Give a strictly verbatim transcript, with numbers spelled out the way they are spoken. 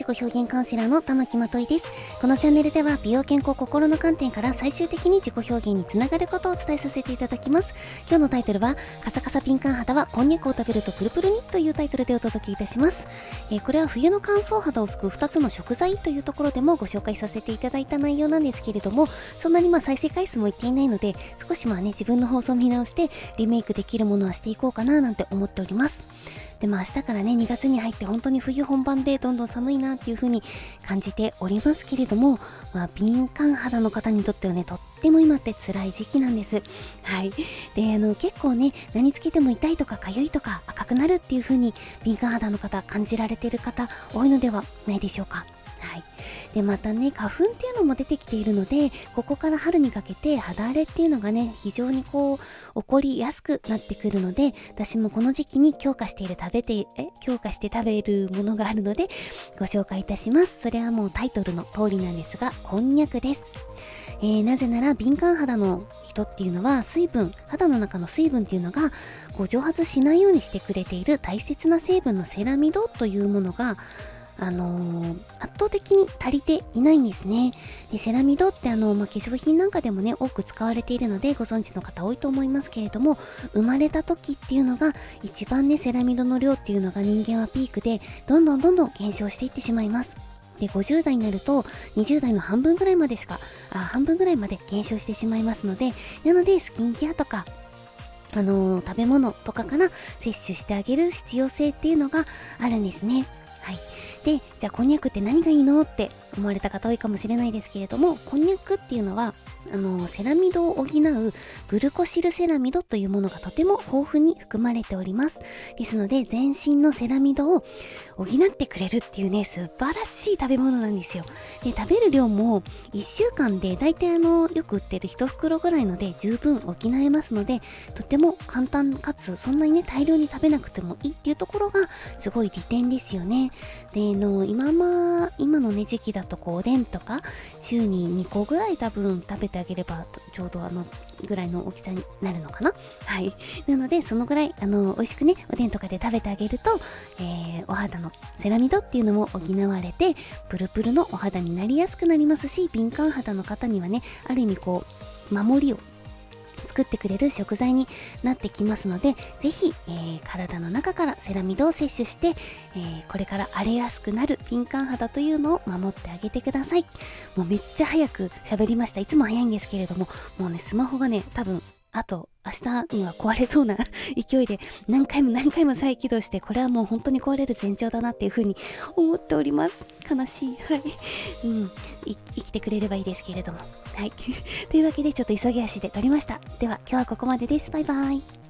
己表現カウンセラーの玉木まといです。このチャンネルでは美容健康心の観点から最終的に自己表現につながることをお伝えさせていただきます。今日のタイトルはカサカサ敏感肌はこんにゃくを食べるとプルプルにというタイトルでお届けいたします。えー、これは冬の乾燥肌を救うふたつの食材というところでもご紹介させていただいた内容なんですけれども、そんなにまあ再生回数もいっていないので、少しまあね自分の放送を見直してリメイクできるものはしていこうかななんて思っております。でも明日からねにがつに入って本当に冬本番でどんどん寒いなっていう風に感じておりますけれども、まあ、敏感肌の方にとってはねとっても今って辛い時期なんです。はい。で、あの結構ね何つけても痛いとか痒いとか赤くなるっていう風に敏感肌の方感じられている方多いのではないでしょうか。はい。で、またね、花粉っていうのも出てきているので、ここから春にかけて肌荒れっていうのがね、非常にこう、起こりやすくなってくるので、私もこの時期に強化している食べて、え、強化して食べるものがあるので、ご紹介いたします。それはもうタイトルの通りなんですが、こんにゃくです。えー、なぜなら敏感肌の人っていうのは水分、肌の中の水分っていうのがこう蒸発しないようにしてくれている大切な成分のセラミドというものがあのー、圧倒的に足りていないんですね。でセラミドってあの、まあ、化粧品なんかでもね多く使われているのでご存知の方多いと思いますけれども、生まれた時っていうのが一番ねセラミドの量っていうのが人間はピークでどんどんどんどん減少していってしまいます。でごじゅう代になるとにじゅう代の半分ぐらいまでしかあ半分ぐらいまで減少してしまいますので、なのでスキンケアとかあのー、食べ物とかから摂取してあげる必要性っていうのがあるんですね。はい。で、じゃあこんにゃくって何がいいのって思われた方多いかもしれないですけれども、こんにゃくっていうのはあのセラミドを補うグルコシルセラミドというものがとても豊富に含まれております。ですので全身のセラミドを補ってくれるっていうね素晴らしい食べ物なんですよ。で食べる量もいっしゅうかんでだいたいあのよく売ってるいち袋ぐらいので十分補えますので、とても簡単かつそんなにね大量に食べなくてもいいっていうところがすごい利点ですよね。での今ま今のね時期だとこうおでんとか週ににこぐらい多分食べてあげればちょうどあのぐらいの大きさになるのかな。はい。なのでそのぐらいあの美味しくねおでんとかで食べてあげると、えー、お肌のセラミドっていうのも補われてプルプルのお肌になりやすくなりますし、敏感肌の方にはねある意味こう守りを作ってくれる食材になってきますので、ぜひ、えー、体の中からセラミドを摂取して、えー、これから荒れやすくなる敏感肌というのを守ってあげてください。もうめっちゃ早く喋りました。いつも早いんですけれども、もうねスマホがね多分あと明日には壊れそうな勢いで何回も何回も再起動して、これはもう本当に壊れる前兆だなっていう風に思っております。悲しい。はい。うん。生きてくれればいいですけれども。はい。というわけでちょっと急ぎ足で撮りました。では今日はここまでです。バイバイ。